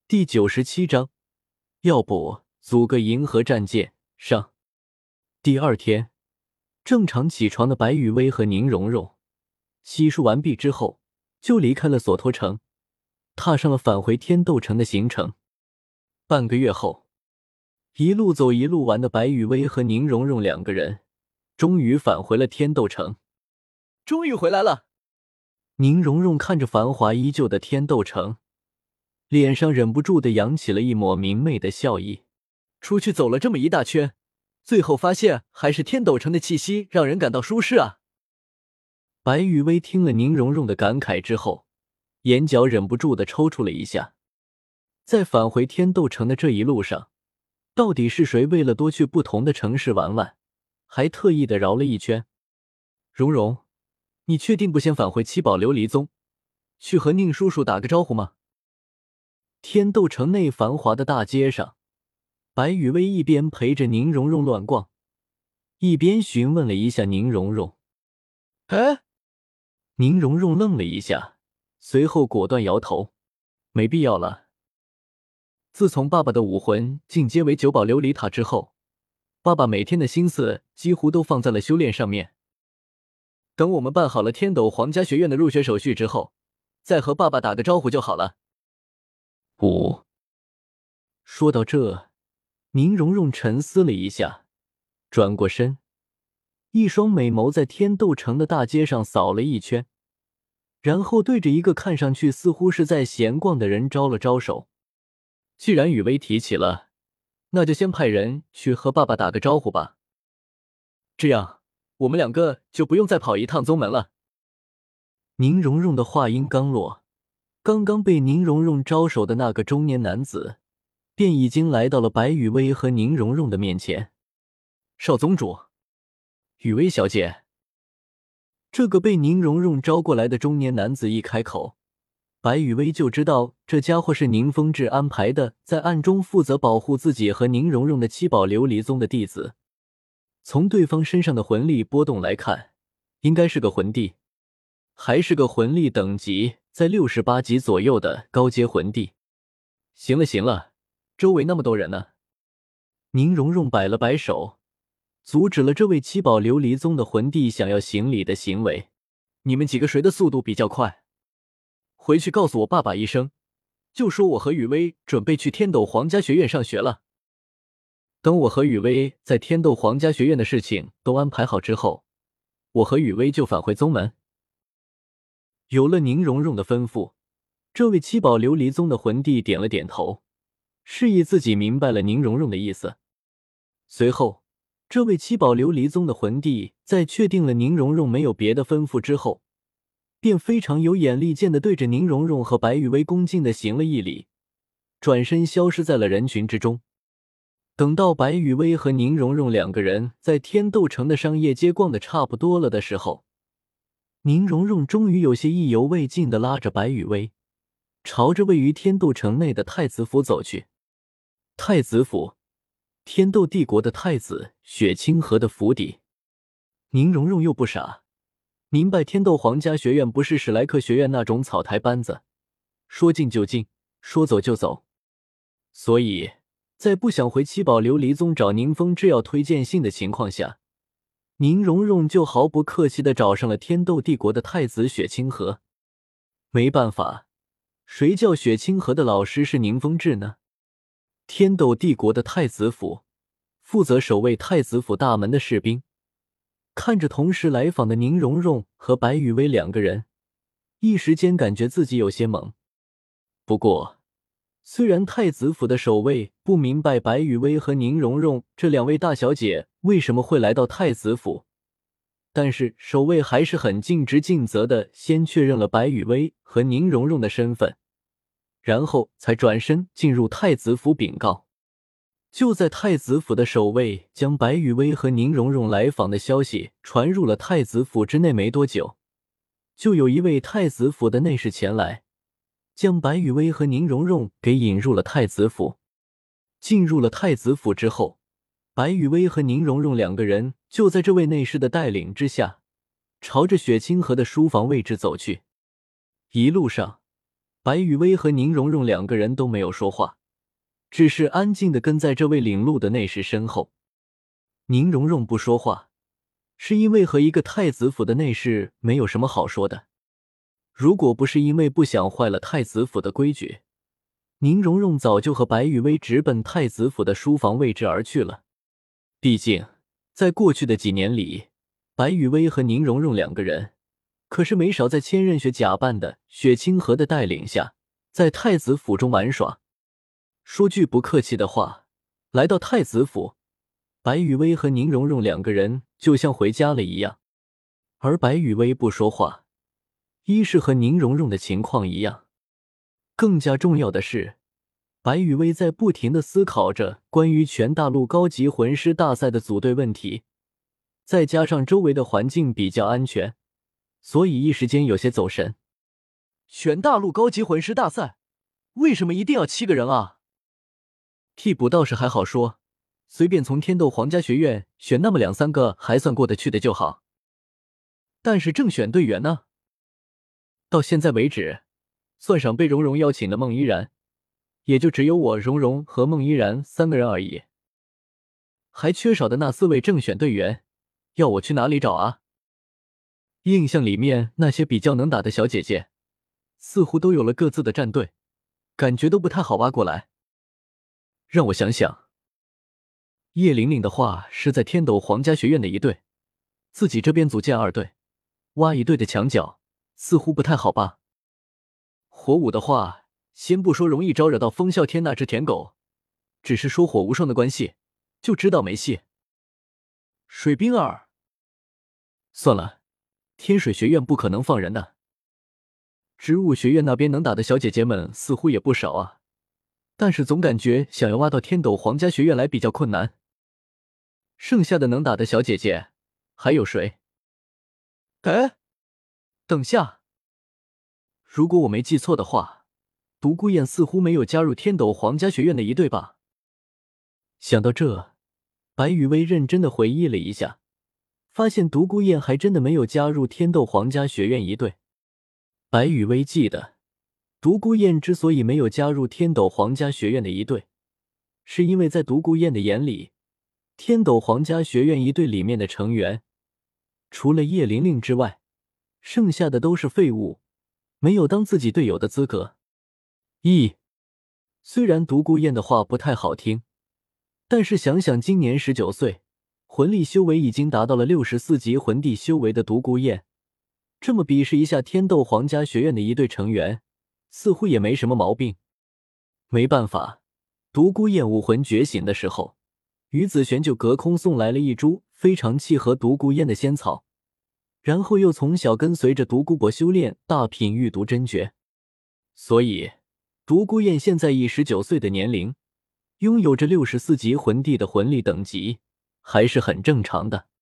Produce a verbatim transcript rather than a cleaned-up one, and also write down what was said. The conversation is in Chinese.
第九十七章，要不组个银河战舰上。第二天，正常起床的白雨薇和宁荣荣洗漱完毕之后，就离开了索托城，踏上了返回天斗城的行程。半个月后，一路走一路玩的白雨薇和宁荣荣两个人终于返回了天斗城。终于回来了！宁荣荣看着繁华依旧的天斗城，脸上忍不住地扬起了一抹明媚的笑意。出去走了这么一大圈，最后发现还是天斗城的气息让人感到舒适啊。白雨薇听了宁荣荣的感慨之后，眼角忍不住地抽搐了一下。在返回天斗城的这一路上，到底是谁为了多去不同的城市玩玩，还特意地绕了一圈？荣荣，你确定不先返回七宝琉璃宗，去和宁叔叔打个招呼吗？天斗城内繁华的大街上，白雨薇一边陪着宁荣荣乱逛，一边询问了一下宁荣荣。哎，宁荣荣愣了一下，随后果断摇头，没必要了。自从爸爸的武魂进阶为九宝琉璃塔之后，爸爸每天的心思几乎都放在了修炼上面。等我们办好了天斗皇家学院的入学手续之后，再和爸爸打个招呼就好了。五。说到这，宁荣荣沉思了一下，转过身，一双美眸在天斗城的大街上扫了一圈，然后对着一个看上去似乎是在闲逛的人招了招手。既然雨薇提起了，那就先派人去和爸爸打个招呼吧。这样，我们两个就不用再跑一趟宗门了。宁荣荣的话音刚落，刚刚被宁荣荣招手的那个中年男子便已经来到了白雨薇和宁荣荣的面前。少宗主，雨薇小姐。这个被宁荣荣招过来的中年男子一开口，白雨薇就知道这家伙是宁风致安排的，在暗中负责保护自己和宁荣荣的七宝琉璃宗的弟子。从对方身上的魂力波动来看，应该是个魂帝，还是个魂力等级在六十八级左右的高阶魂帝。行了行了，周围那么多人呢。宁荣荣摆了摆手，阻止了这位七宝琉璃宗的魂帝想要行礼的行为。你们几个谁的速度比较快？回去告诉我爸爸一声，就说我和雨薇准备去天斗皇家学院上学了。等我和雨薇在天斗皇家学院的事情都安排好之后，我和雨薇就返回宗门。有了宁荣荣的吩咐，这位七宝琉璃宗的魂帝点了点头，示意自己明白了宁荣荣的意思。随后，这位七宝琉璃宗的魂帝在确定了宁荣荣没有别的吩咐之后，便非常有眼力见地对着宁荣荣和白雨薇恭敬地行了一礼，转身消失在了人群之中。等到白雨薇和宁荣荣两个人在天斗城的商业街逛得差不多了的时候，宁荣荣终于有些意犹未尽地拉着白雨薇，朝着位于天斗城内的太子府走去。太子府，天斗帝国的太子雪清河的府邸。宁荣荣又不傻，明白天斗皇家学院不是史莱克学院那种草台班子，说进就进，说走就走。所以在不想回七宝琉璃宗找宁风致要推荐信的情况下，宁荣荣就毫不客气地找上了天斗帝国的太子雪清河。没办法，谁叫雪清河的老师是宁风致呢？天斗帝国的太子府，负责守卫太子府大门的士兵看着同时来访的宁荣荣和白雨薇两个人，一时间感觉自己有些懵。不过虽然太子府的守卫不明白白雨薇和宁荣荣这两位大小姐为什么会来到太子府，但是守卫还是很尽职尽责的先确认了白雨薇和宁荣荣的身份，然后才转身进入太子府禀告。就在太子府的守卫将白雨薇和宁荣荣来访的消息传入了太子府之内没多久，就有一位太子府的内侍前来，将白雨薇和宁荣荣给引入了太子府。进入了太子府之后，白雨薇和宁荣荣两个人就在这位内侍的带领之下，朝着雪清河的书房位置走去。一路上， 白雨薇和宁荣荣两个人都没有说话，只是安静地跟在这位领路的内侍身后。宁荣荣不说话，是因为和一个太子府的内侍没有什么好说的。如果不是因为不想坏了太子府的规矩，宁荣荣早就和白雨薇直奔太子府的书房位置而去了。毕竟在过去的几年里，白雨薇和宁荣荣两个人可是没少在千仞雪假扮的雪清河的带领下，在太子府中玩耍。说句不客气的话，来到太子府，白雨薇和宁荣荣两个人就像回家了一样。而白雨薇不说话，一是和宁荣荣的情况一样，更加重要的是，白雨薇在不停地思考着关于全大陆高级魂师大赛的组队问题，再加上周围的环境比较安全，所以一时间有些走神。全大陆高级魂师大赛，为什么一定要七个人啊？替补倒是还好说，随便从天斗皇家学院选那么两三个还算过得去的就好。但是正选队员呢？到现在为止，算上被蓉蓉邀请的孟依然，也就只有我、蓉蓉和孟依然三个人而已。还缺少的那四位正选队员，要我去哪里找啊？印象里面那些比较能打的小姐姐，似乎都有了各自的战队，感觉都不太好挖过来。让我想想，叶玲玲的话是在天斗皇家学院的一队，自己这边组建二队，挖一队的墙角，似乎不太好吧。火舞的话，先不说容易招惹到风啸天那只舔狗，只是说火无双的关系，就知道没戏。水冰儿，算了，天水学院不可能放人的。植物学院那边能打的小姐姐们似乎也不少啊，但是总感觉想要挖到天斗皇家学院来比较困难。剩下的能打的小姐姐还有谁？哎，等下，如果我没记错的话，独孤雁似乎没有加入天斗皇家学院的一队吧？想到这，白雨薇认真的回忆了一下，发现独孤雁还真的没有加入天斗皇家学院一队。白雨薇记得，独孤雁之所以没有加入天斗皇家学院的一队，是因为在独孤雁的眼里，天斗皇家学院一队里面的成员，除了叶玲玲之外，剩下的都是废物，没有当自己队友的资格。咦，虽然独孤雁的话不太好听，但是想想今年十九岁，魂力修为已经达到了六十四级魂帝修为的独孤雁，这么比试一下天斗皇家学院的一队成员，似乎也没什么毛病。没办法，独孤雁武魂觉醒的时候，于子璇就隔空送来了一株非常契合独孤雁的仙草，然后又从小跟随着独孤博修炼大品御毒真诀，所以独孤雁现在以十九岁的年龄，拥有着六十四级魂帝的魂力等级，还是很正常的。